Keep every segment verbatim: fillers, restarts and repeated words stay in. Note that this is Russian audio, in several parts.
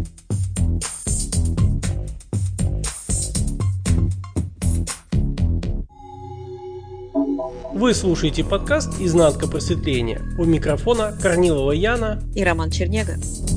Вы слушаете подкаст «Изнанка просветления». У микрофона Корнилова Яна и Роман Чернега.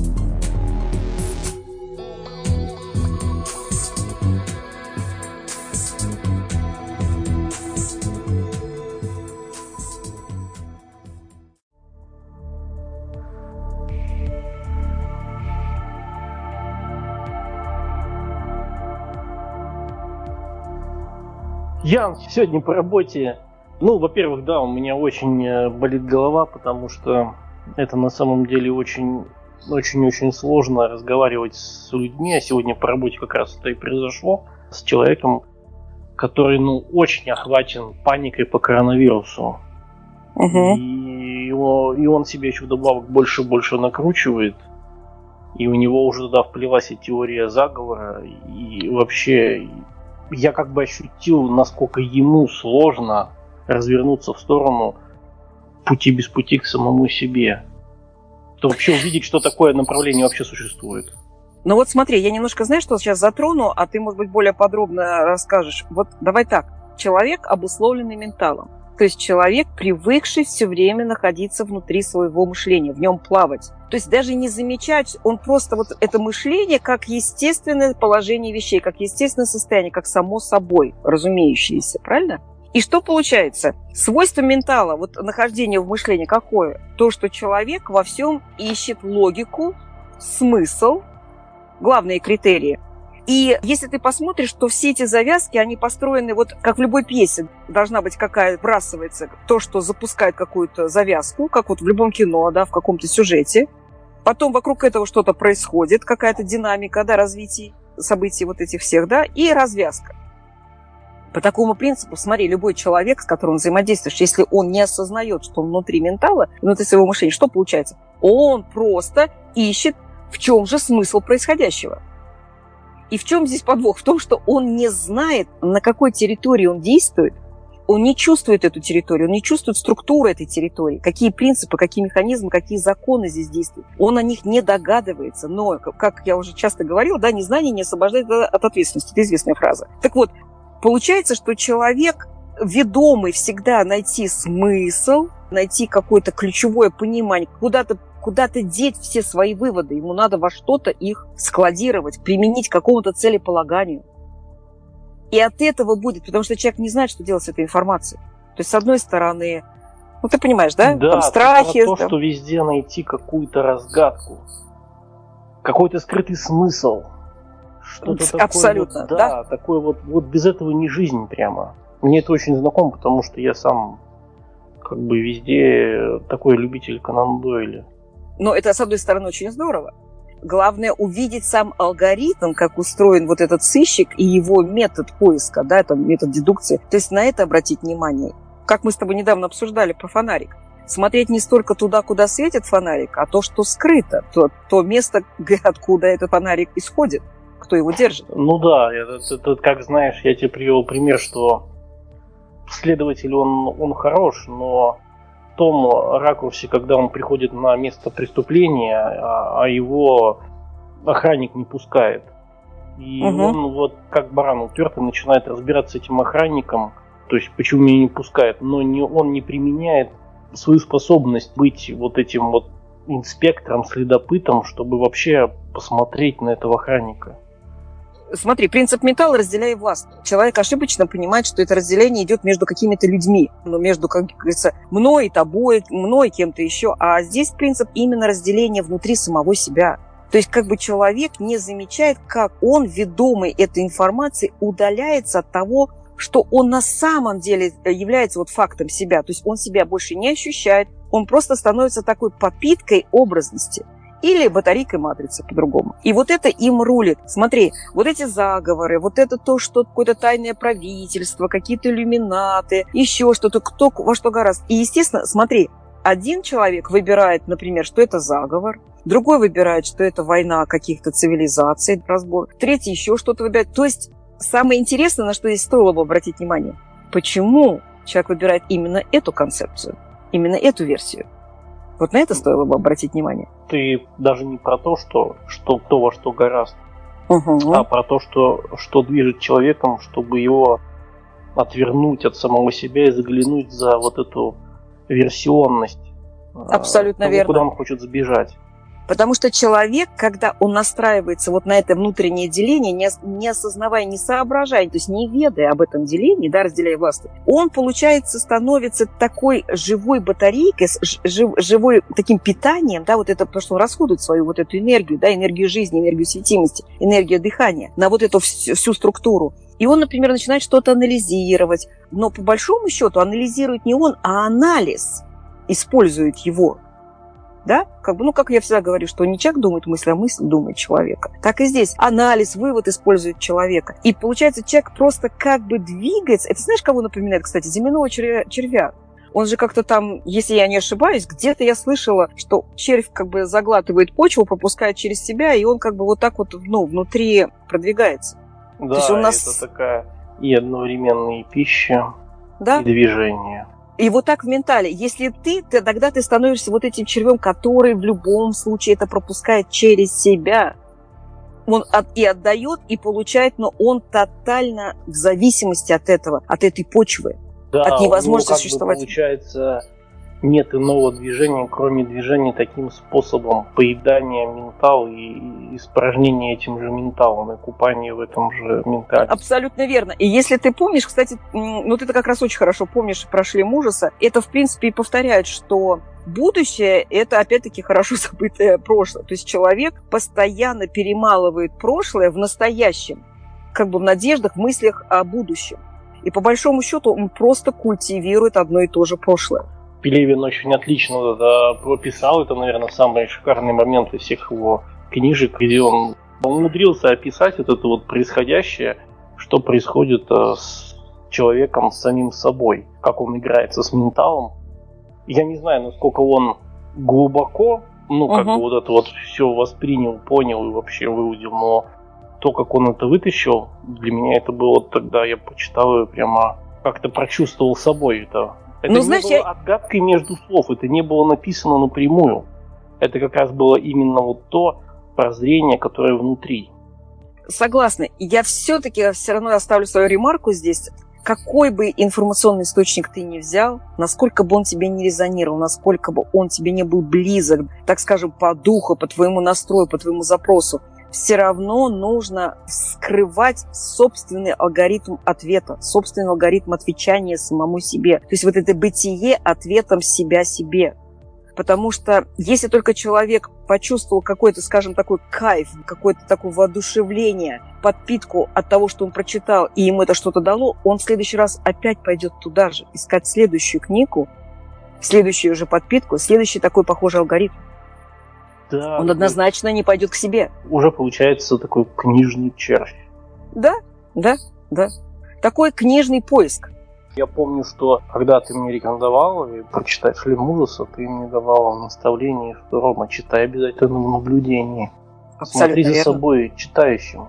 Ян, сегодня по работе. Ну, во-первых, да, у меня очень болит голова, потому что это на самом деле очень, очень-очень сложно разговаривать с людьми. А сегодня по работе как раз это и произошло с человеком, который, ну, очень охвачен паникой по коронавирусу. Угу. И, его, и он себя еще вдобавок больше и больше накручивает. И у него уже туда вплелась и теория заговора. И вообще, я как бы ощутил, насколько ему сложно развернуться в сторону пути без пути к самому себе. То вообще увидеть, что такое направление вообще существует. Ну вот смотри, я немножко, знаешь, что сейчас затрону, а ты, может быть, более подробно расскажешь. Вот давай так. Человек, обусловленный менталом. То есть человек, привыкший все время находиться внутри своего мышления, в нем плавать. То есть даже не замечать, он просто вот это мышление как естественное положение вещей, как естественное состояние, как само собой разумеющееся, правильно? И что получается? Свойство ментала, вот нахождение в мышлении какое? То, что человек во всем ищет логику, смысл, главные критерии. И если ты посмотришь, то все эти завязки, они построены вот как в любой пьесе. Должна быть какая-то, вбрасывается то, что запускает какую-то завязку, как вот в любом кино, да, в каком-то сюжете. Потом вокруг этого что-то происходит, какая-то динамика, да, развития событий вот этих всех, да, и развязка. По такому принципу, смотри, любой человек, с которым взаимодействуешь, если он не осознает, что он внутри ментала, внутри своего мышления, что получается? Он просто ищет, в чем же смысл происходящего. И в чем здесь подвох? В том, что он не знает, на какой территории он действует, он не чувствует эту территорию, он не чувствует структуру этой территории, какие принципы, какие механизмы, какие законы здесь действуют. Он о них не догадывается, но, как я уже часто говорила, да, незнание не освобождает от ответственности. Это известная фраза. Так вот, получается, что человек, ведомый всегда найти смысл, найти какое-то ключевое понимание, куда-то куда-то деть все свои выводы. Ему надо во что-то их складировать, применить к какому-то целеполаганию. И от этого будет, потому что человек не знает, что делать с этой информацией. То есть, с одной стороны, ну ты понимаешь, да? Да, там страхи. То, там... что везде найти какую-то разгадку, какой-то скрытый смысл. Что-то такое, абсолютно, вот, да, да? такое вот, вот без этого не жизнь прямо. Мне это очень знакомо, потому что я сам как бы везде такой любитель Конан Дойля. Но это, с одной стороны, очень здорово. Главное увидеть сам алгоритм, как устроен вот этот сыщик и его метод поиска, да, это метод дедукции. То есть на это обратить внимание. Как мы с тобой недавно обсуждали про фонарик. Смотреть не столько туда, куда светит фонарик, а то, что скрыто. То, то место, откуда этот фонарик исходит, кто его держит. Ну да, это, это, как знаешь, я тебе привел пример, что следователь, он, он хорош, но в том ракурсе, когда он приходит на место преступления, а, а его охранник не пускает. И угу. он вот как баран упертый начинает разбираться с этим охранником, то есть почему меня не пускает, но не, он не применяет свою способность быть вот этим вот инспектором, следопытом, чтобы вообще посмотреть на этого охранника. Смотри, принцип ментала разделяй власть. Человек ошибочно понимает, что это разделение идет между какими-то людьми, ну, между, как говорится, мной и тобой, мной и кем-то еще. А здесь принцип именно разделения внутри самого себя. То есть как бы человек не замечает, как он, ведомый этой информацией, удаляется от того, что он на самом деле является вот фактом себя. То есть он себя больше не ощущает, он просто становится такой подпиткой образности. Или батарейкой матрицы по-другому. И вот это им рулит. Смотри, вот эти заговоры, вот это то, что какое-то тайное правительство, какие-то иллюминаты, еще что-то, кто во что гораздо. И, естественно, смотри, один человек выбирает, например, что это заговор, другой выбирает, что это война каких-то цивилизаций, разбор, третий еще что-то выбирает. То есть самое интересное, на что здесь стоило бы обратить внимание, почему человек выбирает именно эту концепцию, именно эту версию. Вот на это стоило бы обратить внимание. Ты даже не про то, что, что кто во что гораст, угу. а про то, что, что движет человеком, чтобы его отвернуть от самого себя и заглянуть за вот эту версионность. Абсолютно того, верно. Куда он хочет сбежать. Потому что человек, когда он настраивается вот на это внутреннее деление, не, не осознавая, не соображая, то есть не ведая об этом делении, да, разделяя власть, он, получается, становится такой живой батарейкой, жив, живой таким питанием, да, вот это, потому что он расходует свою вот эту энергию, да, энергию жизни, энергию светимости, энергию дыхания на вот эту всю, всю структуру. И он, например, начинает что-то анализировать, но по большому счету анализирует не он, а анализ использует его. Да? Как бы, ну, как я всегда говорю, что не человек думает мысль, а мысль думает человека. Так и здесь. Анализ, вывод использует человека. И получается, человек просто как бы двигается. Это знаешь, кого напоминает, кстати? Земляного червя. червя. Он же как-то там, если я не ошибаюсь, где-то я слышала, что червь как бы заглатывает почву, пропускает через себя, и он как бы вот так вот, ну, внутри продвигается. Да, То есть у нас... это такая и одновременная пища, да? и движение. И вот так в ментале. Если ты, ты, тогда ты становишься вот этим червем, который в любом случае это пропускает через себя. Он от, и отдает, и получает, но он тотально в зависимости от этого, от этой почвы, да, от невозможности ну, как существовать. Бы получается, нет иного движения, кроме движения таким способом поедания ментала и испражнения этим же менталом, и купания в этом же ментале. Абсолютно верно. И если ты помнишь, кстати, ну ты как раз очень хорошо помнишь про шлем ужаса, это в принципе и повторяет, что будущее – это опять-таки хорошо забытое прошлое. То есть человек постоянно перемалывает прошлое в настоящем, как бы в надеждах, в мыслях о будущем. И по большому счету он просто культивирует одно и то же прошлое. Пелевин очень отлично это прописал. Это, наверное, самый шикарный момент из всех его книжек, где он умудрился описать вот это вот происходящее, что происходит с человеком, с самим собой, как он играется с менталом. Я не знаю, насколько он глубоко, ну, как uh-huh. бы вот это вот все воспринял, понял и вообще выудил, но то, как он это вытащил, для меня это было тогда, я почитал и прямо как-то прочувствовал собой это. Это ну, не знаешь, было я... отгадкой между слов, это не было написано напрямую. Это как раз было именно вот то прозрение, которое внутри. Согласна. Я все-таки все равно оставлю свою ремарку здесь. Какой бы информационный источник ты ни взял, насколько бы он тебе не резонировал, насколько бы он тебе не был близок, так скажем, по духу, по твоему настрою, по твоему запросу, все равно нужно скрывать собственный алгоритм ответа, собственный алгоритм отвечания самому себе. То есть вот это бытие ответом себя себе. Потому что если только человек почувствовал какой-то, скажем, такой кайф, какое-то такое воодушевление, подпитку от того, что он прочитал, и ему это что-то дало, он в следующий раз опять пойдет туда же, искать следующую книгу, следующую уже подпитку, следующий такой похожий алгоритм. Да, он однозначно не пойдет к себе. Уже получается такой книжный червь. Да, да, да. Такой книжный поиск. Я помню, что когда ты мне рекомендовал прочитать «Шлем ужаса», ты мне давал наставление, что, Рома, читай обязательно в наблюдении. Смотри за собой читающим.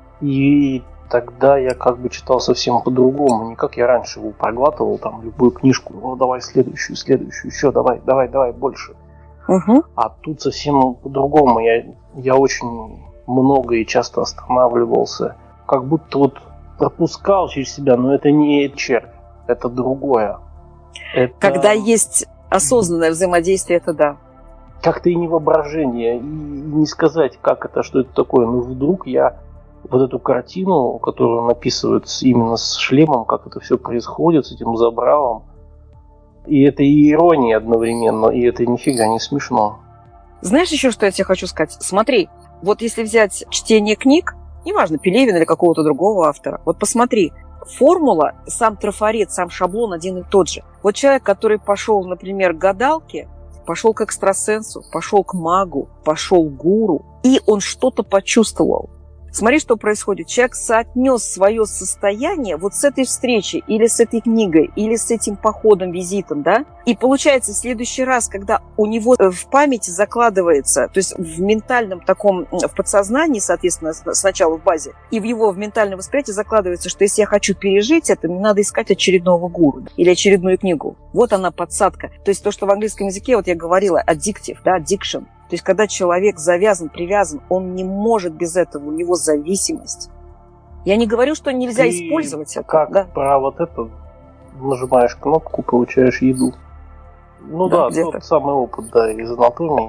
И тогда я как бы читал совсем по-другому. Не как я раньше его проглатывал, там, любую книжку. Ну, давай следующую, следующую, еще, давай, давай, давай, больше. Угу. А тут совсем по-другому. Я, я очень много и часто останавливался. Как будто вот пропускал через себя, но это не червь, это другое. Это... Когда есть осознанное взаимодействие, это да. Как-то и не воображение, и не сказать, как это, что это такое. Но вдруг я вот эту картину, которую он описывает именно с шлемом, как это все происходит, с этим забралом, и это и ирония одновременно, и это нифига не смешно. Знаешь еще, что я тебе хочу сказать? Смотри, вот если взять чтение книг, неважно, Пелевина или какого-то другого автора, вот посмотри, формула, сам трафарет, сам шаблон один и тот же. Вот человек, который пошел, например, к гадалке, пошел к экстрасенсу, пошел к магу, пошел к гуру, и он что-то почувствовал. Смотри, что происходит. Человек соотнес свое состояние вот с этой встречей, или с этой книгой, или с этим походом, визитом, да? И получается, в следующий раз, когда у него в памяти закладывается, то есть в ментальном таком, в подсознании, соответственно, сначала в базе, и в его в ментальном восприятии закладывается, что если я хочу пережить это, мне надо искать очередного гуру или очередную книгу. Вот она подсадка. То есть то, что в английском языке, вот я говорила, addictive, да, addiction. То есть, когда человек завязан, привязан, он не может без этого, у него зависимость. Я не говорю, что нельзя Ты использовать это. Как да? про вот это, нажимаешь кнопку, получаешь еду. Ну да, да тот самый опыт, да, из анатомии.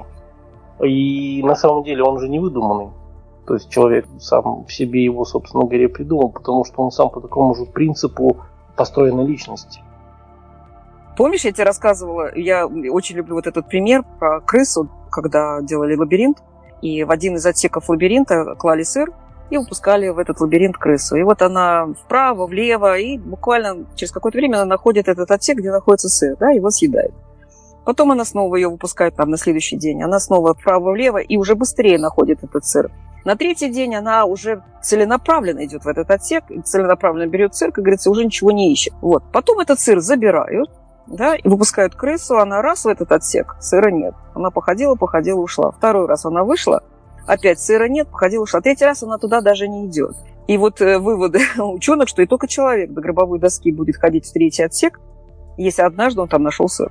И на самом деле он же не выдуманный. То есть человек сам в себе его, собственно говоря, придумал, потому что он сам по такому же принципу построена личность. Помнишь, я тебе рассказывала, я очень люблю вот этот пример про крысу, когда делали лабиринт, и в один из отсеков лабиринта клали сыр и выпускали в этот лабиринт крысу. И вот она вправо, влево, и буквально через какое-то время она находит этот отсек, где находится сыр, да, его съедает. Потом она снова ее выпускает там на следующий день, она снова вправо-влево и уже быстрее находит этот сыр. На третий день она уже целенаправленно идет в этот отсек, целенаправленно берет сыр, как говорится, уже ничего не ищет. Вот. Потом этот сыр забирают, да, и выпускают крысу, она раз в этот отсек, сыра нет. Она походила, походила, ушла. Второй раз она вышла, опять сыра нет, походила, ушла. Третий раз она туда даже не идет. И вот э, выводы ученых, что и только человек до гробовой доски будет ходить в третий отсек, если однажды он там нашел сыр.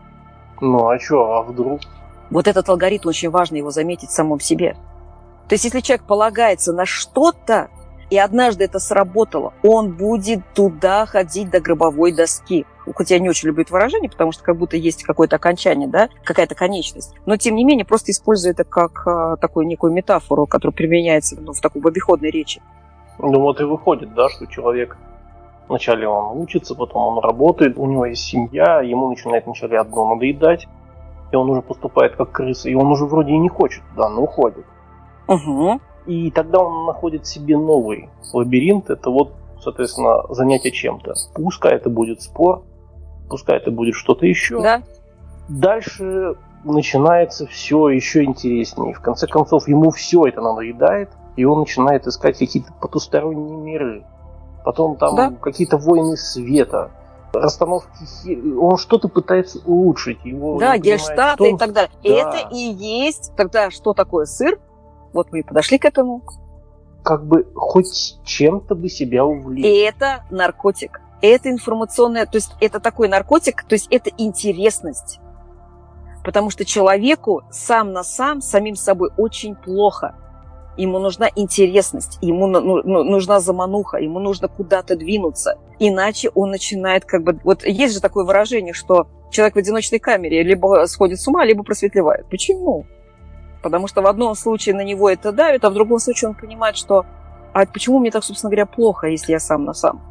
Ну а что, а вдруг? Вот этот алгоритм очень важно его заметить в самом себе. То есть если человек полагается на что-то, и однажды это сработало, он будет туда ходить до гробовой доски. Хотя я не очень люблю это выражение, потому что как будто есть какое-то окончание, да, какая-то конечность. Но, тем не менее, просто использую это как а, такую некую метафору, которая применяется ну, в такой в обиходной речи. Ну вот и выходит, да, что человек вначале он учится, потом он работает, у него есть семья, ему начинает вначале одно надоедать, и он уже поступает как крыса, и он уже вроде и не хочет туда, но уходит. Угу. И тогда он находит себе новый лабиринт, это вот, соответственно, занятие чем-то. Пускай это будет спор, пускай это будет что-то еще. Да. Дальше начинается все еще интереснее. В конце концов, ему все это надоедает, и он начинает искать какие-то потусторонние миры. Потом там да. какие-то войны света, расстановки, он что-то пытается улучшить. Его да, гельштадты и так далее. Да. Это и есть тогда, что такое сыр? Вот мы и подошли к этому. Как бы хоть чем-то бы себя увлечь. И это наркотик. Это информационное, то есть это такой наркотик, то есть это интересность. Потому что человеку сам на сам, самим собой очень плохо. Ему нужна интересность, ему ну, нужна замануха, ему нужно куда-то двинуться. Иначе он начинает как бы... Вот есть же такое выражение, что человек в одиночной камере либо сходит с ума, либо просветлевает. Почему? Потому что в одном случае на него это давит, а в другом случае он понимает, что а почему мне так, собственно говоря, плохо, если я сам на сам?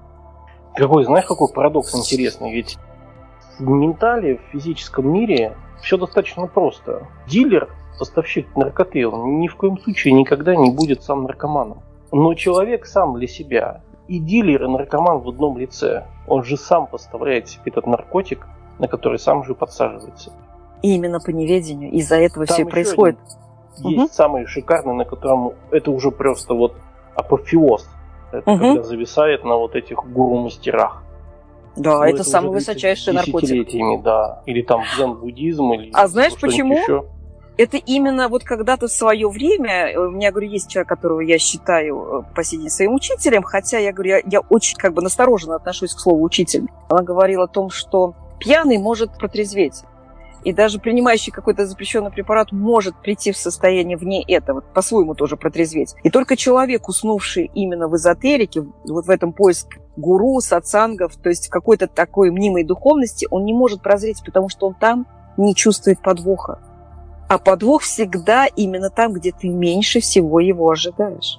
Какой, знаешь, какой парадокс интересный? Ведь в ментале, в физическом мире все достаточно просто. Дилер, поставщик наркоты, он ни в коем случае никогда не будет сам наркоманом. Но человек сам для себя. И дилер, и наркоман в одном лице. Он же сам поставляет себе этот наркотик, на который сам же подсаживается. И именно по неведению. Из-за этого Там все происходит. Есть угу. самый шикарный, на котором это уже просто вот апофеоз. Это угу. когда зависает на вот этих гуру-мастерах. Да, ну, это, это самый высочайший наркотик. Десятилетиями, да. Или там дзен-буддизм, или а знаешь почему? Еще. Это именно вот когда-то в свое время, у меня, говорю, есть человек, которого я считаю по сей день своим учителем, хотя, я говорю, я, я очень как бы настороженно отношусь к слову «учитель». Она говорила о том, что пьяный может протрезветь. И даже принимающий какой-то запрещенный препарат может прийти в состояние вне этого, по-своему тоже протрезветь. И только человек, уснувший именно в эзотерике, вот в этом поиске гуру, сатсангов, то есть какой-то такой мнимой духовности, он не может прозреть, потому что он там не чувствует подвоха. А подвох всегда именно там, где ты меньше всего его ожидаешь.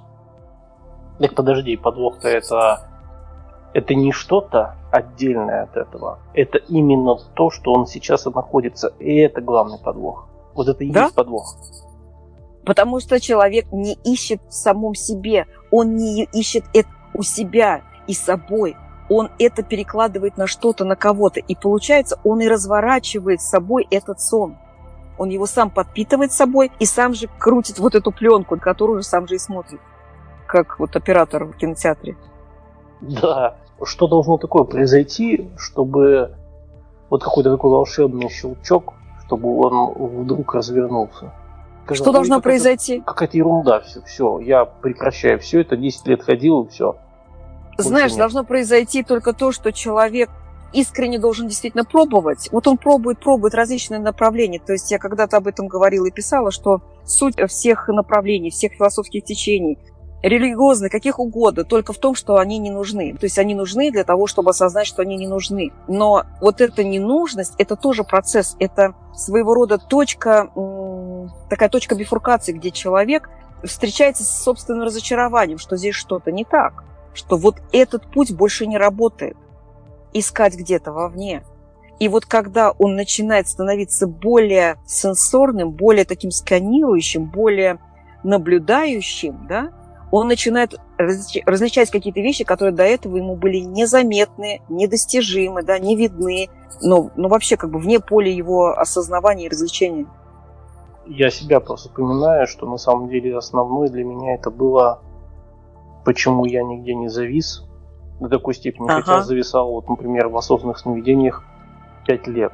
Так подожди, подвох-то это... Это не что-то отдельное от этого. Это именно то, что он сейчас и находится. И это главный подвох. Вот это и да? есть подвох. Потому что человек не ищет в самом себе. Он не ищет это у себя и собой. Он это перекладывает на что-то, на кого-то. И получается, он и разворачивает с собой этот сон. Он его сам подпитывает собой и сам же крутит вот эту пленку, которую сам же и смотрит. как вот оператор в кинотеатре. Да. Что должно такое произойти, чтобы вот какой-то такой волшебный щелчок, чтобы он вдруг развернулся? Сказал, что должно произойти? Какая-то ерунда, все, все, я прекращаю все это, десять лет ходил и все. Знаешь, должно произойти только то, что человек искренне должен действительно пробовать. Вот он пробует, пробует различные направления. То есть я когда-то об этом говорила и писала, что суть всех направлений, всех философских течений, религиозных, каких угодно, только в том, что они не нужны. То есть они нужны для того, чтобы осознать, что они не нужны. Но вот эта ненужность, это тоже процесс, это своего рода точка, такая точка бифуркации, где человек встречается с собственным разочарованием, что здесь что-то не так, что вот этот путь больше не работает. Искать где-то вовне. И вот когда он начинает становиться более сенсорным, более таким сканирующим, более наблюдающим, да, он начинает различать какие-то вещи, которые до этого ему были незаметны, недостижимы, да, не видны, но, но вообще как бы вне поля его осознавания и развлечения. Я себя просто вспоминаю, что на самом деле основное для меня это было, почему я нигде не завис до такой степени, ага. Хотя зависал, вот, например, в осознанных сновидениях пять лет.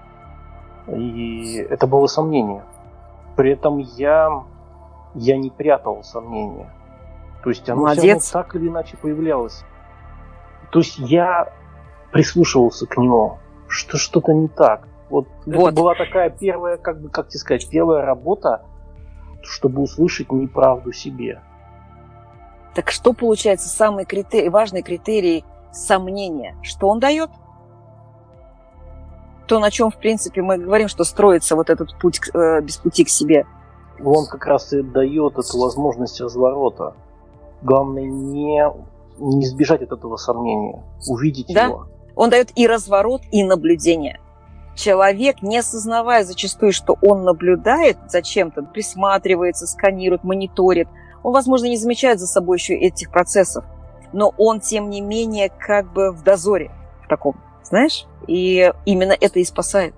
И это было сомнение. При этом я, я не прятал сомнения. То есть оно все равно так или иначе появлялось. То есть я прислушивался к нему, что что-то не так. Вот, вот. Это была такая первая, как бы, как тебе сказать, первая работа, чтобы услышать неправду себе. Так что получается самый критерий, важный критерий сомнения? Что он дает? То, на чем, в принципе, мы говорим, что строится вот этот путь э, без пути к себе. Он как раз и дает эту возможность разворота. Главное не, не избежать от этого сомнения, увидеть да? его. Он дает и разворот, и наблюдение. Человек, не осознавая зачастую, что он наблюдает за чем-то, присматривается, сканирует, мониторит, он, возможно, не замечает за собой еще этих процессов, но он, тем не менее, как бы в дозоре в таком, знаешь? И именно это и спасает.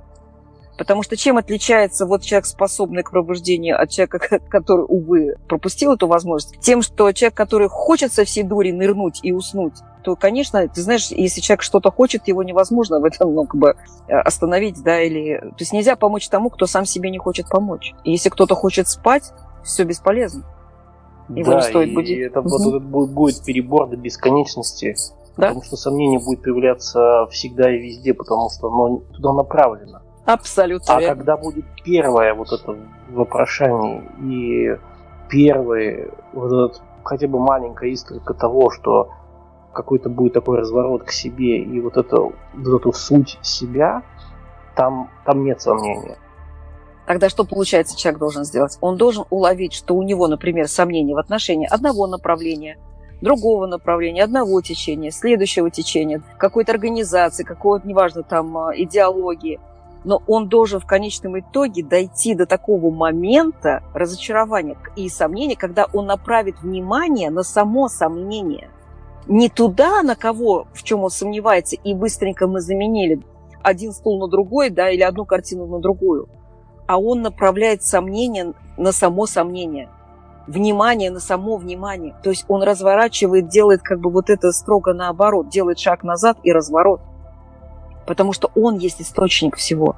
Потому что чем отличается вот человек, способный к пробуждению, от человека, который, увы, пропустил эту возможность? Тем, что человек, который хочет со всей дури нырнуть и уснуть, то, конечно, ты знаешь, если человек что-то хочет, его невозможно в этом, ну, как бы остановить, да, или... То есть нельзя помочь тому, кто сам себе не хочет помочь. И если кто-то хочет спать, все бесполезно. Его да, не стоит и будить. это угу. вот, будет, будет перебор до бесконечности, да? Потому что сомнение будет появляться всегда и везде, потому что оно туда направлено. Абсолютно. А верно. когда будет первое вот это вопрошание и первый вот этот, хотя бы маленькая искорка того, что какой-то будет такой разворот к себе и вот, это, вот эту суть себя, там, там нет сомнения. Тогда что, получается, человек должен сделать? Он должен уловить, что у него, например, сомнения в отношении одного направления, другого направления, одного течения, следующего течения, какой-то организации, какого-то, неважно, там, идеологии. Но он должен в конечном итоге дойти до такого момента разочарования и сомнения, когда он направит внимание на само сомнение. Не туда, на кого, в чем он сомневается, и быстренько мы заменили один стул на другой, да, или одну картину на другую. А он направляет сомнение на само сомнение. Внимание на само внимание. То есть он разворачивает, делает как бы вот это строго наоборот, делает шаг назад и разворот. Потому что он есть источник всего.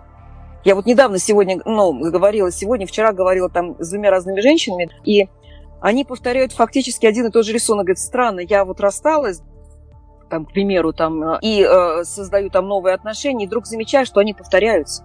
Я вот недавно сегодня, ну, говорила сегодня, вчера говорила там с двумя разными женщинами, и они повторяют фактически один и тот же рисунок. Говорят, странно, я вот рассталась, там, к примеру, там, и э, создаю там новые отношения, и вдруг замечаю, что они повторяются.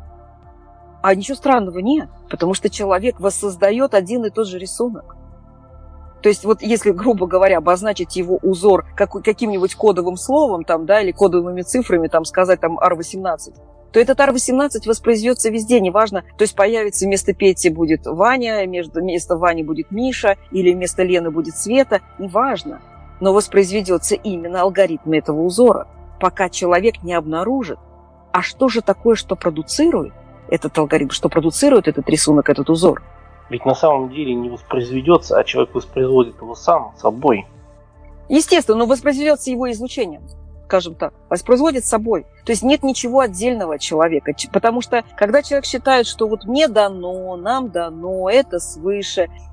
А ничего странного нет, потому что человек воссоздает один и тот же рисунок. То есть вот если, грубо говоря, обозначить его узор как, каким-нибудь кодовым словом, там, да, или кодовыми цифрами, там, сказать там ар восемнадцать, то этот ар восемнадцать воспроизведется везде, неважно. То есть появится вместо Пети будет Ваня, вместо Вани будет Миша, или вместо Лены будет Света, неважно. Но воспроизведется именно алгоритм этого узора, пока человек не обнаружит, а что же такое, что продуцирует этот алгоритм, что продуцирует этот рисунок, этот узор. Ведь на самом деле не воспроизведется, а человек воспроизводит его сам, собой. Естественно, но воспроизведется его излучением, скажем так, воспроизводит собой. То есть нет ничего отдельного от человека. Потому что когда человек считает, что вот мне дано, нам дано, это свыше,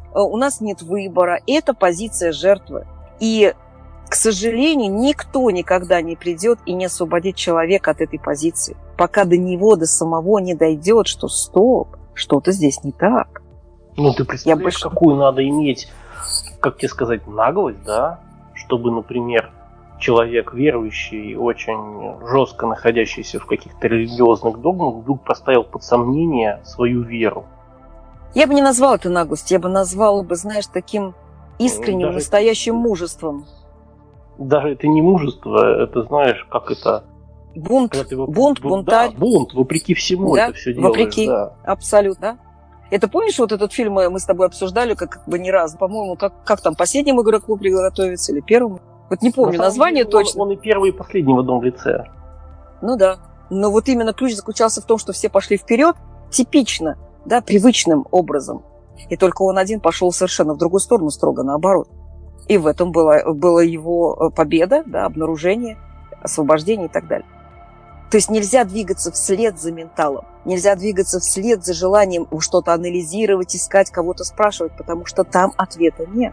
у нас нет выбора. Это позиция жертвы. И, к сожалению, никто никогда не придет и не освободит человека от этой позиции, пока до него, до самого не дойдет, что стоп, что-то здесь не так. Ну, ты представляешь, больше... какую надо иметь, как тебе сказать, наглость, да, чтобы, например, человек верующий, очень жестко находящийся в каких-то религиозных догмах, вдруг поставил под сомнение свою веру. Я бы не назвала это наглостью, я бы назвала бы, знаешь, таким искренним, даже настоящим это... мужеством. Даже это не мужество, это, знаешь, как это... Бунт, ты... бунт, бунтарь. Да, бунт, вопреки всему да? это все делаешь. Вопреки, да. Абсолютно. Это помнишь, вот этот фильм мы с тобой обсуждали, как, как бы не раз, по-моему, как, как там, последнему игроку приготовиться или первому? Вот не помню На название деле, точно. Он, он и первый, и последний в одном лице. Ну да. Но вот именно ключ заключался в том, что все пошли вперед, типично, да, привычным образом. И только он один пошел совершенно в другую сторону, строго наоборот. И в этом была, была его победа, да, обнаружение, освобождение и так далее. То есть нельзя двигаться вслед за менталом, нельзя двигаться вслед за желанием что-то анализировать, искать, кого-то спрашивать, потому что там ответа нет.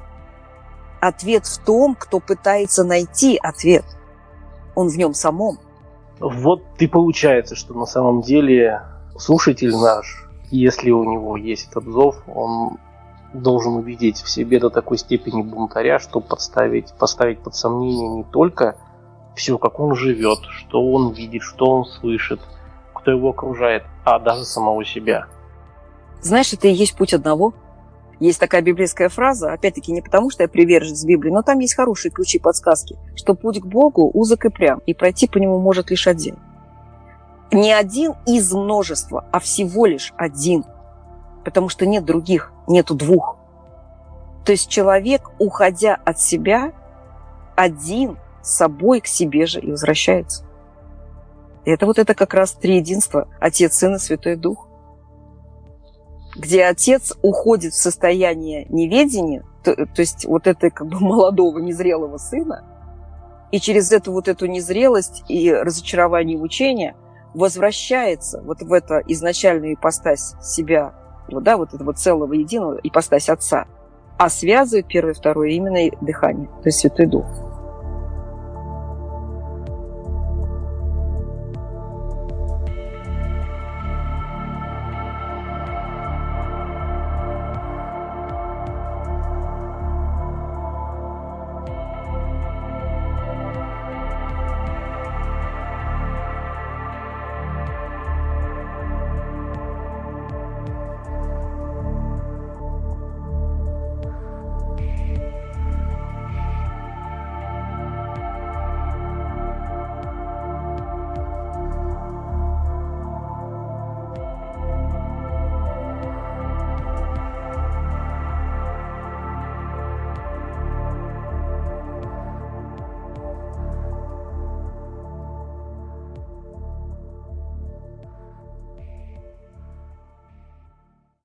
Ответ в том, кто пытается найти ответ. Он в нем самом. Вот и получается, что на самом деле слушатель наш, если у него есть этот зов, он должен увидеть в себе до такой степени бунтаря, чтобы подставить, поставить под сомнение не только все, как он живет, что он видит, что он слышит, кто его окружает, а даже самого себя. Знаешь, это и есть путь одного. Есть такая библейская фраза, опять-таки не потому, что я приверженец Библии, но там есть хорошие ключи и подсказки, что путь к Богу узок и прям, и пройти по нему может лишь один. Не один из множества, а всего лишь один. Потому что нет других, нету двух. То есть человек, уходя от себя, один с собой к себе же и возвращается. И это вот это как раз триединство: Отец, Сын и Святой Дух. Где отец уходит в состояние неведения, то, то есть вот это как бы молодого, незрелого сына, и через эту вот эту незрелость и разочарование учения возвращается вот в эту изначальную ипостась себя, вот, да, вот этого целого единого, ипостась отца, а связывает первое и второе именно дыхание, то есть Святой Дух.